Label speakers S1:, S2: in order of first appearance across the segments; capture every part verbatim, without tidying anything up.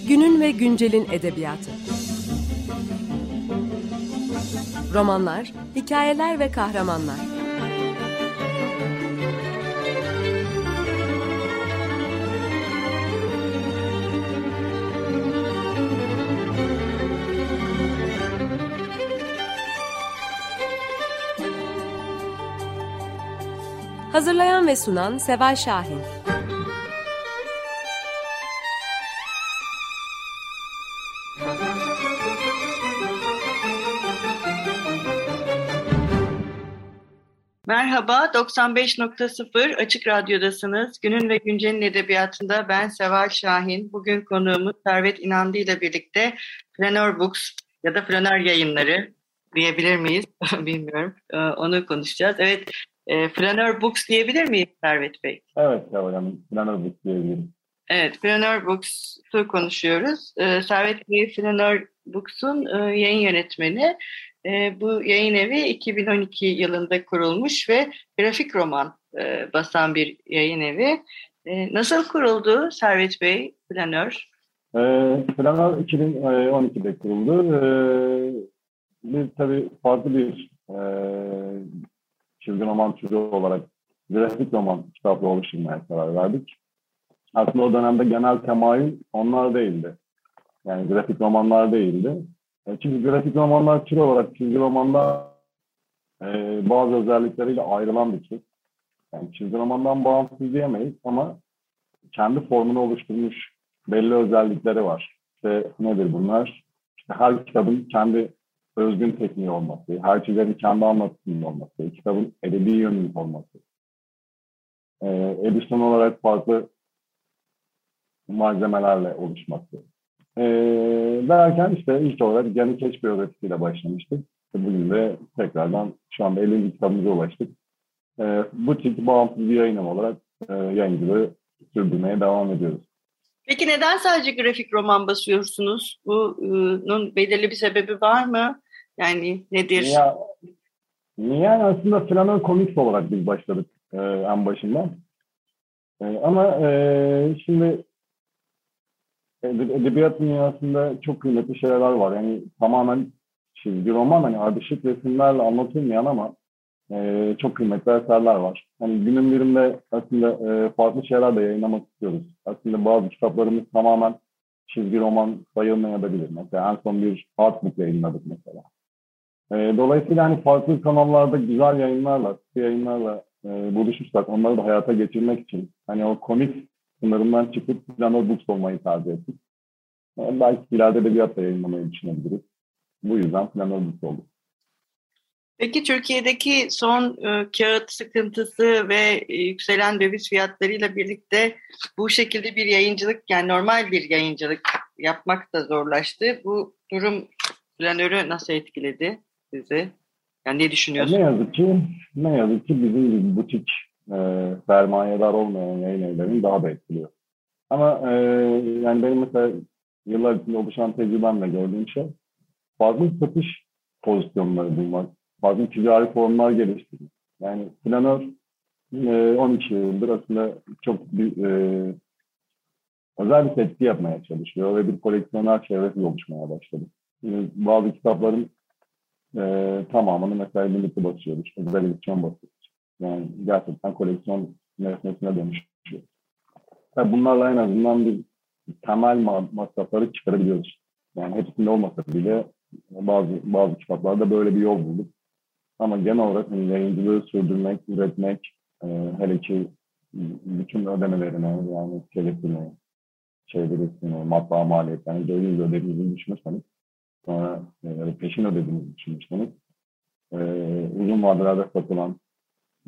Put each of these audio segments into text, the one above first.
S1: Günün ve güncelin edebiyatı. Romanlar, hikayeler ve kahramanlar. Hazırlayan ve sunan Seval Şahin.
S2: Merhaba, doksan beş nokta sıfır Açık Radyo'dasınız. Günün ve Güncel'in edebiyatında ben Seval Şahin. Bugün konuğumuz Servet İnandı ile birlikte Flanör Books ya da Flanör Yayınları diyebilir miyiz? Bilmiyorum. Ee, onu konuşacağız. Evet, e, Flanör Books diyebilir miyiz Servet Bey?
S3: Evet Seval Hanım, Flanör Books diyebilirim.
S2: Evet, Flanör Books'u konuşuyoruz. Ee, Servet Bey Flanör Books'un e, yayın yönetmeni. E, bu yayın evi iki bin on iki yılında kurulmuş ve grafik roman e, basan bir yayın evi. E, nasıl kuruldu Servet Bey Flanör?
S3: E, Flanör iki bin on ikide kuruldu. E, biz tabii farklı bir e, çizgi roman türü olarak grafik roman kitapla oluşturmaya karar verdik. Aslında o dönemde genel temayül onlar değildi. Yani grafik romanlar değildi. Çünkü grafik romanlar tür olarak çizgi romanlar e, bazı özellikleriyle ayrılan bir tür. Yani çizgi romandan bağımsız diyemeyiz ama kendi formunu oluşturmuş belli özellikleri var. İşte nedir bunlar? İşte her kitabın kendi özgün tekniği olması, her çizerin kendi anlatımının olması, kitabın edebi yönünün olması, e, edisyon olarak farklı malzemelerle oluşması. Ee, derken işte ilk olarak Gani Keç biyografisiyle başlamıştık. Bugün de tekrardan şu anda ellinci kitabımıza ulaştık. Ee, bu tip bağımsız bir yayınım olarak e, yayıncılığı sürdürmeye devam ediyoruz.
S2: Peki neden sadece grafik roman basıyorsunuz? Bunun belirli bir sebebi var mı? Yani nedir?
S3: Ya, yani aslında Flanör Comics olarak biz başladık e, en başından. E, ama e, şimdi edebiyat dünyasında çok kıymetli şeyler var. Yani tamamen çizgi roman, hani ardışık resimlerle anlatılmayan ama e, çok kıymetli eserler var. Hani günün birinde aslında e, farklı şeyler de yayınlamak istiyoruz. Aslında bazı kitaplarımız tamamen çizgi roman sayılmayabilir. Mesela en son bir artbook yayınladık mesela. E, dolayısıyla hani farklı kanallarda güzel yayınlarla, yayınlarla e, buluşursak onları da hayata geçirmek için hani o komik sınırından çıkıp Flanör Books olmayı tercih ettik. Yani belki ileride edebiyatla yayınlamayı düşünebiliriz. Bu yüzden Flanör Books oldu.
S2: Peki Türkiye'deki son e, kağıt sıkıntısı ve e, yükselen döviz fiyatlarıyla birlikte bu şekilde bir yayıncılık, yani normal bir yayıncılık yapmak da zorlaştı. Bu durum Flanör'ü nasıl etkiledi sizi? Yani ne düşünüyorsunuz?
S3: Ne yazık ki, ne yazık ki bizim gibi butik e, sermayedar olmayan yayın evlerini daha da etkiliyor. Ama e, yani benim mesela yıllar içinde oluşan tecrübemle gördüğüm şey farklı satış pozisyonları bulmak, farklı ticari formlar geliştirmek. Yani Flanör e, on iki yıldır aslında çok bir, e, özel bir tepki yapmaya çalışıyor ve bir koleksiyoner çevresi oluşmaya başladı. Yani bazı kitapların e, tamamını mesela birlikte basıyoruz, özel edisyon basıyoruz. Yani gerçekten koleksiyon nesnesine dönüşüyor. Yani bunlarla en azından bir temel masrafları çıkarabiliyoruz. Yani hepsinde olmasa bile bazı bazı kitaplarda böyle bir yol bulduk. Ama genel olarak hani yayıncılığı sürdürmek, üretmek, e, hele ki bütün ödemelerine yani telifine, çevirisine, matbaa maliyetlerine döviz ödediğinizi düşünürseniz, sonra e, peşin ödediğinizi düşünürseniz, e, uzun vadelerde satılan e,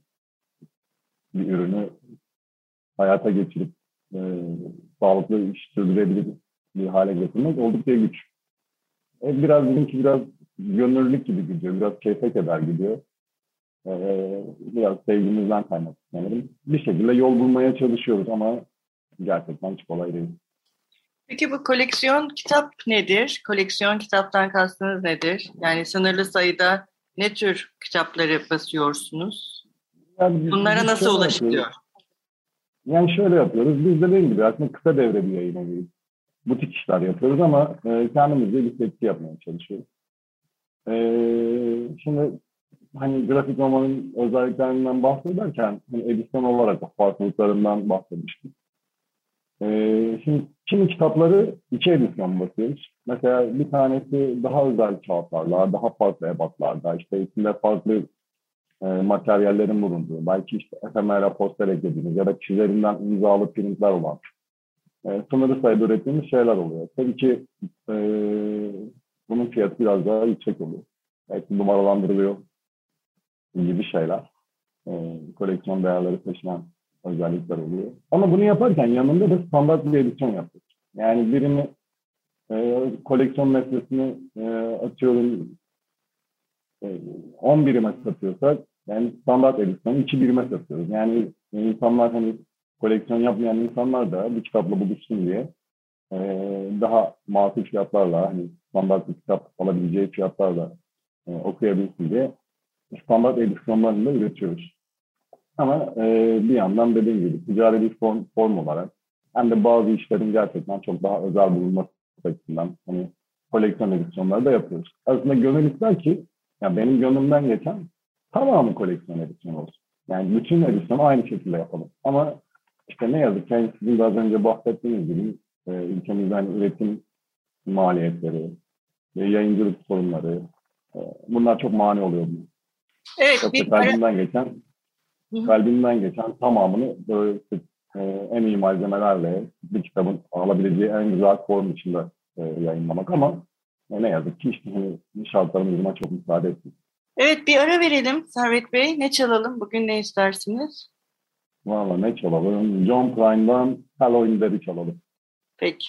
S3: bir ürünü hayata geçirip e, sağlıklı iş sürdürebilir bir hale getirmek oldukça güç. E, biraz bizimki biraz gönüllülük gibi gidiyor, biraz keyfe keder gidiyor. E, biraz sevgimizden kaynaklı sanırım. Bir şekilde yol bulmaya çalışıyoruz ama gerçekten hiç kolay değil.
S2: Peki bu koleksiyon kitap nedir? Koleksiyon kitaptan kastınız nedir? Yani sınırlı sayıda ne tür kitapları basıyorsunuz?
S3: Yani
S2: Bunlara nasıl ulaşılıyor?
S3: Yani şöyle yapıyoruz. Biz de dediğim gibi aslında kısa devre bir yayın eviyiz. butik işler yapıyoruz ama e, kendimizce bir seçki yapmaya çalışıyoruz. E, şimdi hani grafik romanın özelliklerinden bahsederken hani edisyon olarak da farklılıklarından bahsetmiştim. Ee, şimdi kimi kitapları iki edisyon basıyoruz. Mesela bir tanesi daha özel kağıtlarla, daha farklı ebatlarda, işte içinde farklı e, materyallerin bulunduğu, belki işte efemera poster eklediğimiz ya da kişilerinden imzalı printler olan e, sınırlı sayıda ürettiğimiz şeyler oluyor. Tabii ki e, bunun fiyatı biraz daha yüksek oluyor. Belki numaralandırılıyor gibi şeyler. E, koleksiyon değerleri taşınan özellikler oluyor. Ama bunu yaparken yanında da standart bir edisyon yapıyoruz. Yani birini e, koleksiyon metresini e, atıyorum e, on birime satıyorsak yani standart edisyonu iki birime satıyoruz. Yani insanlar hani koleksiyon yapmayan insanlar da bir kitapla buluşsun diye e, daha makul fiyatlarla hani standart bir kitap alabileceği fiyatlarla e, okuyabilsin diye standart edisyonlarını da üretiyoruz. Ama e, bir yandan dediğim gibi ticari bir form, form olarak hem de bazı işlerin gerçekten çok daha özel bulunması açısından hani koleksiyon edisyonları da yapıyoruz. Aslında gönül ister ki yani benim gönlümden geçen tamamı koleksiyon edisyonu olsun. Yani bütün edisyonu aynı şekilde yapalım. Ama işte ne yazık ki sizin az önce bahsettiğiniz gibi e, ülkemizden üretim maliyetleri, e, yayıncılık sorunları e, bunlar çok mani oluyor.
S2: Evet,
S3: Yoksa
S2: bir
S3: kalbimden geçen kalbimden geçen tamamını böyle e, en iyi malzemelerle bir kitabın alabileceği en güzel form içinde e, yayınlamak ama e, ne yazık ki işte hani şartlarımız buna çok müsaade etmiyor.
S2: Evet, bir ara verelim Servet Bey. Ne çalalım? Bugün ne istersiniz?
S3: Valla ne çalalım? John Prine'dan Hello in Derry çalalım.
S2: Peki.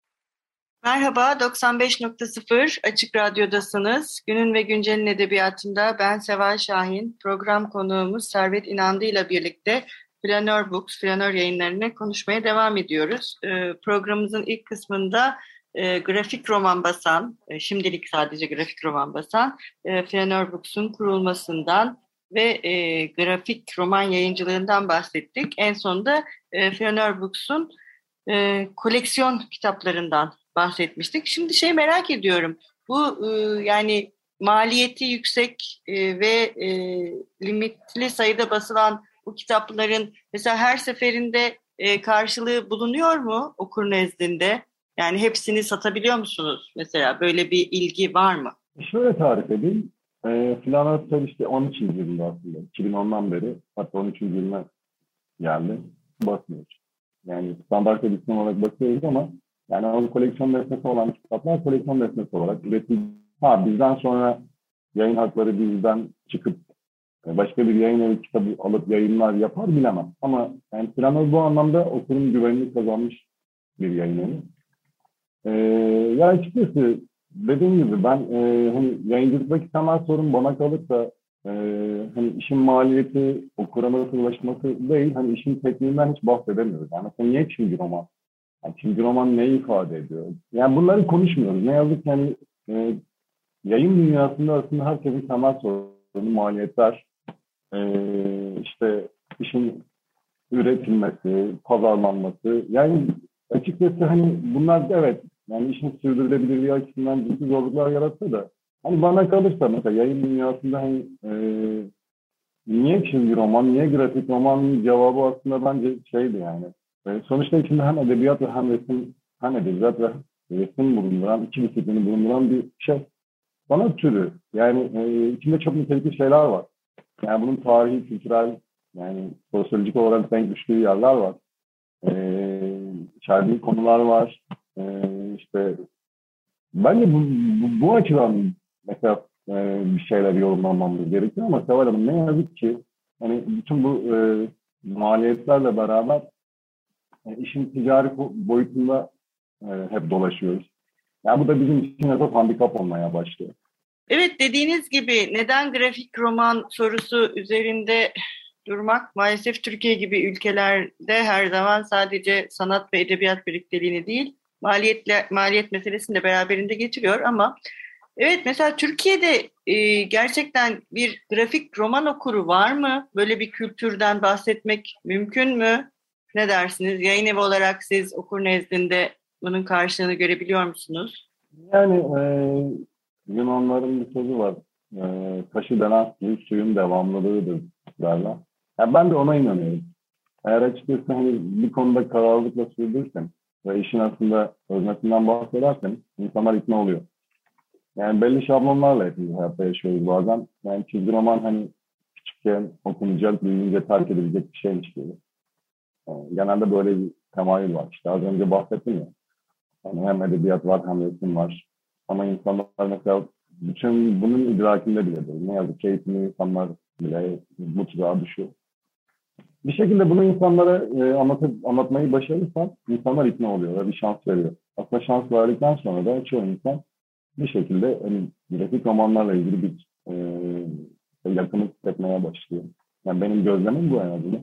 S2: Merhaba, doksan beş nokta sıfır Açık Radyo'dasınız. Günün ve Güncel'in edebiyatında ben Seval Şahin, program konuğumuz Servet İnandı ile birlikte Flanör Books, Flanör Yayınları'nı konuşmaya devam ediyoruz. Ee, programımızın ilk kısmında e, grafik roman basan, e, şimdilik sadece grafik roman basan, e, Flanör Books'un kurulmasından ve e, grafik roman yayıncılığından bahsettik. En sonunda e, Flanör Books'un e, koleksiyon kitaplarından bahsetmiştik. Şimdi şey merak ediyorum. Bu e, yani maliyeti yüksek e, ve e, limitli sayıda basılan bu kitapların mesela her seferinde e, karşılığı bulunuyor mu okur nezdinde? Yani hepsini satabiliyor musunuz? Mesela böyle bir ilgi var mı?
S3: Şöyle tarif edeyim. E, Flanör tabii işte on üçüncü yılında aslında. iki bin ondan beri hatta on üçüncü yılına geldi. Basmıyoruz. Yani standart edisyon olarak bakıyoruz ama yani o koleksiyon nesnesi olan kitaplar koleksiyon nesnesi olarak üretildi. Ha bizden sonra yayın hakları bizden çıkıp başka bir yayın evi kitabı alıp yayınlar yapar bilemem. Ama yani Flanör bu anlamda okurun güvenini kazanmış bir yayın evi. Ee, ya açıkçası dediğim gibi ben e, hani yayıncılıktaki temel sorun bana kalırsa e, hani işin maliyeti okura nasıl ulaşması değil, hani işin tekniğinden hiç bahsedemiyoruz. Yani mesela niye çizgi roman? Yani çizgi roman neyi ifade ediyor? Yani bunları konuşmuyoruz. Ne yazık ki yani, e, yayın dünyasında aslında herkesin temel sorunu maliyetler, e, işte işin üretilmesi, pazarlanması. Yani açıkçası hani bunlar evet yani işin sürdürülebilirliği açısından ciddi zorluklar yaratsa da hani bana kalırsa mesela yayın dünyasında hani e, niye çizgi roman, niye grafik romanın cevabı aslında bence şeydi yani. E, sonuçta içinde hem edebiyat ve hem resim, hem edebiyat ve resim bulunduran, iki disiplini bulunduran bir şey. Sanat türü. Yani e, içinde çok nitelikli şeyler var. Yani bunun tarihi, kültürel, yani sosyolojik olarak denk düştüğü yerler var. Ee, içerdiği konular var. Ee, işte bence bu, bu, bu açıdan mesela e, bir şeyler yorumlamamız gerekiyor ama Seval Hanım ne yazık ki hani bütün bu e, maliyetlerle beraber e, işin ticari boyutunda e, hep dolaşıyoruz. Yani bu da bizim için esas handikap olmaya başlıyor.
S2: Evet, dediğiniz gibi neden grafik roman sorusu üzerinde durmak maalesef Türkiye gibi ülkelerde her zaman sadece sanat ve edebiyat birlikteliğini değil, maliyetle, maliyet meselesini de beraberinde getiriyor ama evet mesela Türkiye'de e, gerçekten bir grafik roman okuru var mı? Böyle bir kültürden bahsetmek mümkün mü? Ne dersiniz? Yayın evi olarak siz okur nezdinde Bunun karşılığını görebiliyor musunuz?
S3: Yani e, Yunanların bir sözü var. E, taşı denen suyu suyun devamlılığıdır derler. Yani ben de ona inanıyorum. Eğer açıkçası hani bir konuda kararlılıkla sürdürürsen ve işin aslında öznesinden bahsedersen insanlar ikna oluyor. Yani belli şablonlarla hepimiz hayatta yaşıyoruz bazen. Yani çizgi roman hani küçükken okunacak, büyüyünce terk edilecek bir şeymiş gibi. Yani genelde böyle bir temayül var. İşte az önce bahsettim ya. Yani hem edebiyat var hem resim var. Ama insanlar mesela bütün bunun idrakinde bile değil. Ne yazık ki eğitimli insanlar bile bu tuzağa düşüyor. Bir şekilde bunu insanlara e, anlatıp, anlatmayı başarırsan insanlar ikna oluyor ve bir şans veriyor. Aslında şans verdikten sonra da çoğu insan bir şekilde hani, grafik romanlarla ilgili bir e, yakınlık hissetmeye başlıyor. Yani benim gözlemim bu en azından.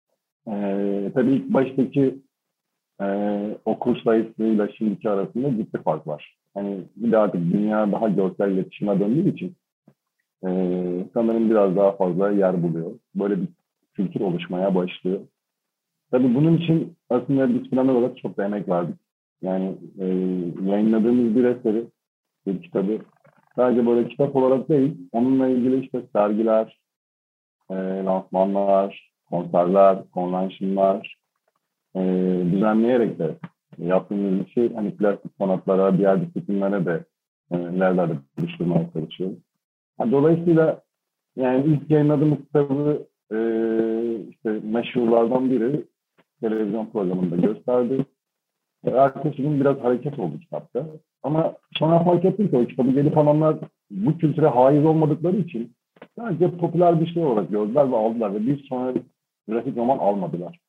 S3: E, tabii ilk baştaki e, okur sayısıyla şimdiki arasında ciddi fark var. Hani bir de artık dünya daha görsel iletişime döndüğü için e, sanırım biraz daha fazla yer buluyor. Böyle bir kültür oluşmaya başlıyor. Tabii bunun için aslında biz planlar olarak çok da emek verdik. Yani e, yayınladığımız bir eseri, bir kitabı sadece böyle kitap olarak değil, onunla ilgili işte sergiler, e, lansmanlar, konserler, konvensiyonlar e, düzenleyerek de yaptığımız bir şey hani plastik sanatlara, diğer disiplinlere de e, nerelerde buluşturmaya çalışıyoruz. Yani dolayısıyla yani ilk yayınladığımız kitabı e, işte meşhurlardan biri televizyon programında gösterdi. Ertesi gün biraz hareket oldu kitapta. Ama sonra fark ettim ki o kitabı gelip alanlar bu kültüre haiz olmadıkları için sadece popüler bir şey olarak gördüler ve aldılar ve bir sonra grafik roman almadılar.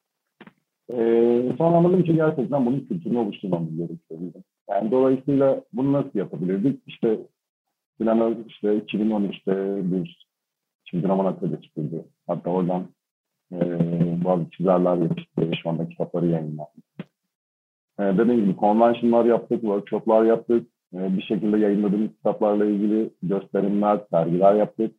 S3: Ee, sonra anladım ki gerçekten bunun kültürünü oluşturmamız gerekiyor. Yani dolayısıyla bunu nasıl yapabilirdik? İşte Planör işte iki bin on üçte bir çizgi roman atölye çıkıldı. Hatta oradan e, bazı çizerler yetişti. Şu anda kitapları yayınlandı. E, dediğim gibi konvensiyonlar yaptık, workshoplar yaptık. E, bir şekilde yayınladığımız kitaplarla ilgili gösterimler, sergiler yaptık.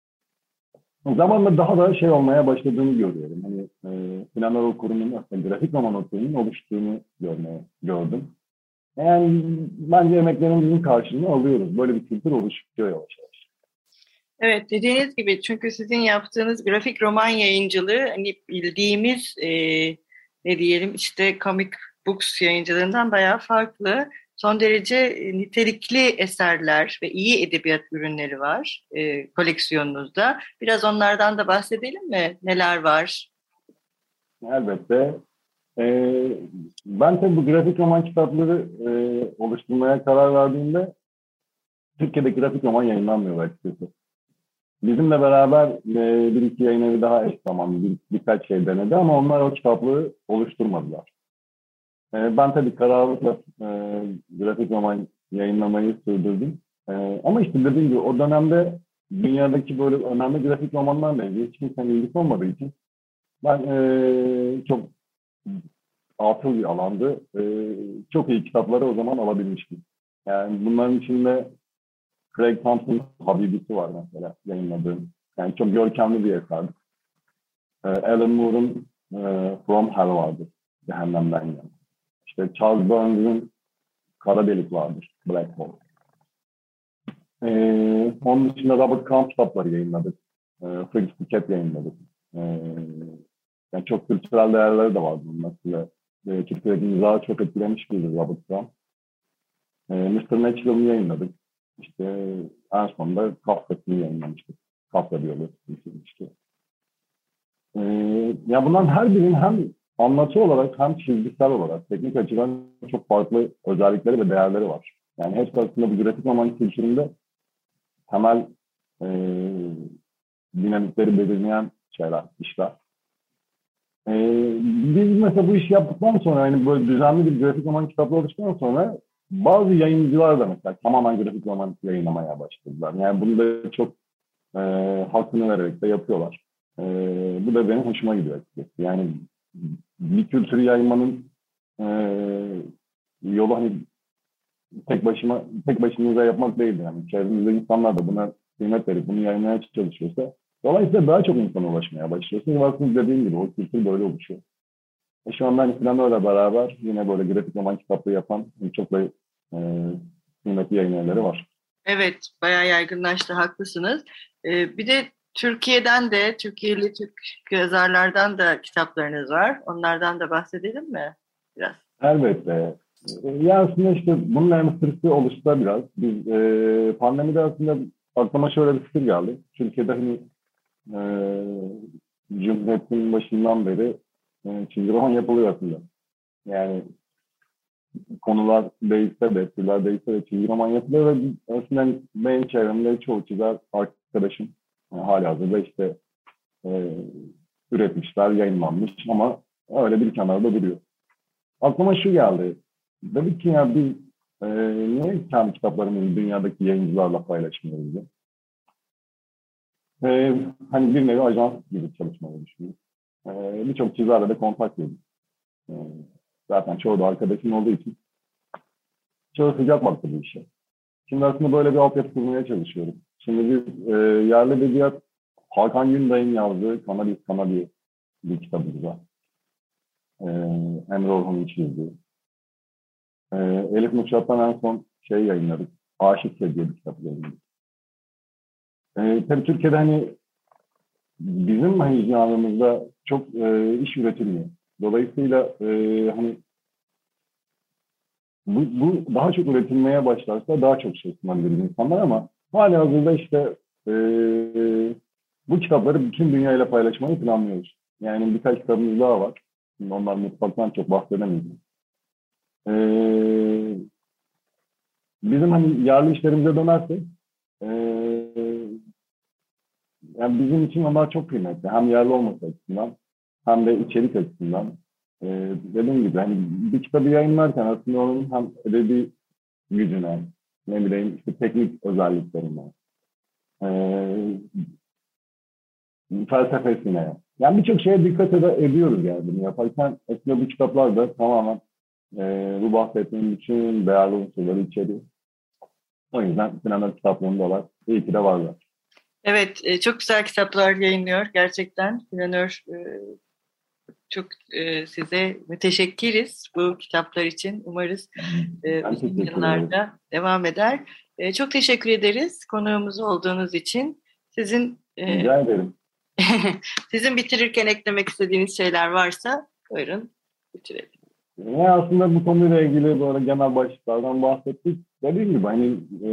S3: Zamanla daha da şey olmaya başladığını görüyorum. Hani e, Planör okurunun, aslında grafik roman okurunun oluştuğunu görmeye, gördüm. Yani bence emeklerimizin karşılığını alıyoruz. Böyle bir kültür oluşuyor yavaş yavaş.
S2: Evet, dediğiniz gibi, çünkü sizin yaptığınız grafik roman yayıncılığı hani bildiğimiz e, ne diyelim işte comic books yayıncılığından bayağı farklı. Son derece e, nitelikli eserler ve iyi edebiyat ürünleri var e, koleksiyonunuzda. Biraz onlardan da bahsedelim mi? Neler var?
S3: Elbette. Ee, ben tabii bu grafik roman kitapları e, oluşturmaya karar verdiğimde Türkiye'de grafik roman yayınlanmıyor açıkçası. Bizimle beraber e, bir iki yayın evi daha eş zamanlı bir, birkaç şey denedi ama onlar o kitaplığı oluşturmadılar. E, ben tabii kararlılıkla e, grafik roman yayınlamayı sürdürdüm. E, ama işte dediğim gibi o dönemde dünyadaki böyle önemli grafik romanlarla ilgili hiç kimsenin ilgisi olmadığı için ben e, çok atıl bir alandı. E, çok iyi kitapları o zaman alabilmiştim. Yani bunların içinde Craig Thompson Habibisi var mesela yayınladığım. Yani çok görkemli bir eserdi. E, Alan Moore'un e, From Hell vardır. Cehennemden yani. İşte Charles Burns'ın Kara Delik vardır. Black Hole. E, onun dışında Robert Crumb kitapları yayınladık. E, Fritz Piquet yayınladık. E, yani çok kültürel değerleri de vardı bunun mesela. E, Türkiye'deki mizahı çok etkilemiş bir Robert Crumb. E, mister Natural'ı yayınladık. İşte en sonunda Kafka'sını yayınlamıştık. Kafka biyolojisi işte. Ee, ya bunların her birinin hem anlatı olarak hem çizgisel olarak teknik açıdan çok farklı özellikleri ve değerleri var. Yani hepsi aslında bu grafik roman kültüründe temel e, dinamikleri belirleyen şeyler, işler. E, biz mesela bu işi yaptıktan sonra yani böyle düzenli bir grafik roman kitapları oluştuktan sonra bazı yayıncılar da mesela tamamen grafik roman yayınlamaya başladılar. Yani bunu da çok e, hakkını vererek de yapıyorlar. E, bu da benim hoşuma gidiyor açıkçası. Yani bir kültürü yaymanın e, yolu hani tek başıma tek başınıza yapmak değildir. Yani çevrenizde insanlar da buna kıymet verip bunu yayınlamaya çalışıyorsa dolayısıyla daha çok insana ulaşmaya başlıyorsunuz. Ve aslında dediğim gibi o kültür böyle oluşuyor. E, şu anda hani Flanör'le beraber yine böyle grafik roman kitaplığı yapan çok da e, kıymetli yayın evleri var.
S2: Evet, bayağı yaygınlaştı, haklısınız. Ee, bir de Türkiye'den de, Türkiye'li Türk yazarlardan da kitaplarınız var. Onlardan da bahsedelim mi biraz?
S3: Elbette. E, Ya aslında işte bunun endüstrisi oluştu biraz. Biz e, pandemide aslında aklıma şöyle bir fikir geldi. Türkiye'de hani e, Cumhuriyet'in başından beri e, çizgi roman yapılıyor aslında. Yani konular değişse de, türler değişse de çizgi roman yapılıyor ve aslında benim çevremde çoğu çizer arkadaşım yani halihazırda işte e, üretmişler, yayınlanmış ama öyle bir kenarda duruyor. Aklıma şu geldi. Dedik ki ya biz e, niye kendi kitaplarımızı dünyadaki yayıncılarla paylaşmıyoruz diye. E, hani bir nevi ajans gibi çalışmayı düşünüyoruz. E, Birçok çizerle de kontak edildik. E, Zaten çoğu da arkadaşım olduğu için çoğu sıcak baktı bu işe. Şimdi aslında böyle bir altyapı kurmaya çalışıyorum. Şimdi biz e, yerli edebiyat Hakan Günday'ın yazdığı Kanadis Kanadi bir kitabımız var. E, Emre Orhun'un çizdiği. E, Elif Muşat'tan en son şey yayınladık. Aşık diye bir kitap yayınladık. E, tabii Türkiye'de hani bizim hani canımızda çok e, iş üretilmiyor. Dolayısıyla e, hani bu, bu daha çok üretilmeye başlarsa daha çok şey sunabilir insanlar ama halihazırda işte e, bu kitapları bütün dünyayla paylaşmayı planlıyoruz. Yani birkaç kitabımız daha var. Şimdi onlar mutfaktan çok bahsedemeyeceğim. E, Bizim hani yerli işlerimize dönersek e, yani bizim için onlar çok kıymetli. Hem yerli olması açısından hem de içerik açısından. E, Dediğim gibi hani bir kitabı yayınlarken aslında onun hem edebi gücüne, ne bileyim işte teknik özelliklerine, e, felsefesine. Yani birçok şeye dikkat ed- ediyoruz yani bunu yaparken. Aslında bu kitaplar da tamamen e, bu bahsettiğim bütün değerli unsurları içeriyor. O yüzden sinema kitaplığındalar. İyi ki de varlar.
S2: Evet, e, çok güzel kitaplar yayınlıyor gerçekten. Planör, e, çok e, size müteşekkiriz bu kitaplar için. Umarız e,
S3: Ben
S2: uzun
S3: teşekkür ederim.
S2: yıllarda devam eder. E, çok teşekkür ederiz konuğumuz olduğunuz için. Sizin e,
S3: Rica ederim.
S2: sizin bitirirken eklemek istediğiniz şeyler varsa buyurun bitirelim.
S3: Yani aslında bu konuyla ilgili böyle genel başlıklardan bahsettik. Dediğim gibi hani e,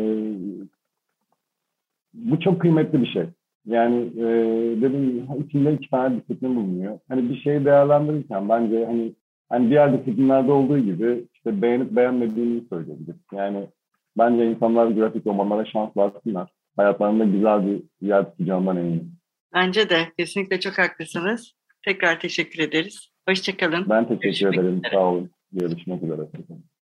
S3: bu çok kıymetli bir şey. Yani e, dediğim gibi içinde iki tane disiplin bulunuyor. Hani bir şeyi değerlendirirken bence hani hani diğer disiplinlerde olduğu gibi işte beğenip beğenmediğini söyleyebilir. Yani bence insanlar grafik romanlara şans versinler. Hayatlarında güzel bir yer tutacağından eminim.
S2: Bence de kesinlikle çok haklısınız. Tekrar teşekkür ederiz. Hoşça kalın.
S3: Ben teşekkür
S2: Görüşmek
S3: ederim.
S2: üzere.
S3: Sağ olun. Görüşmek üzere.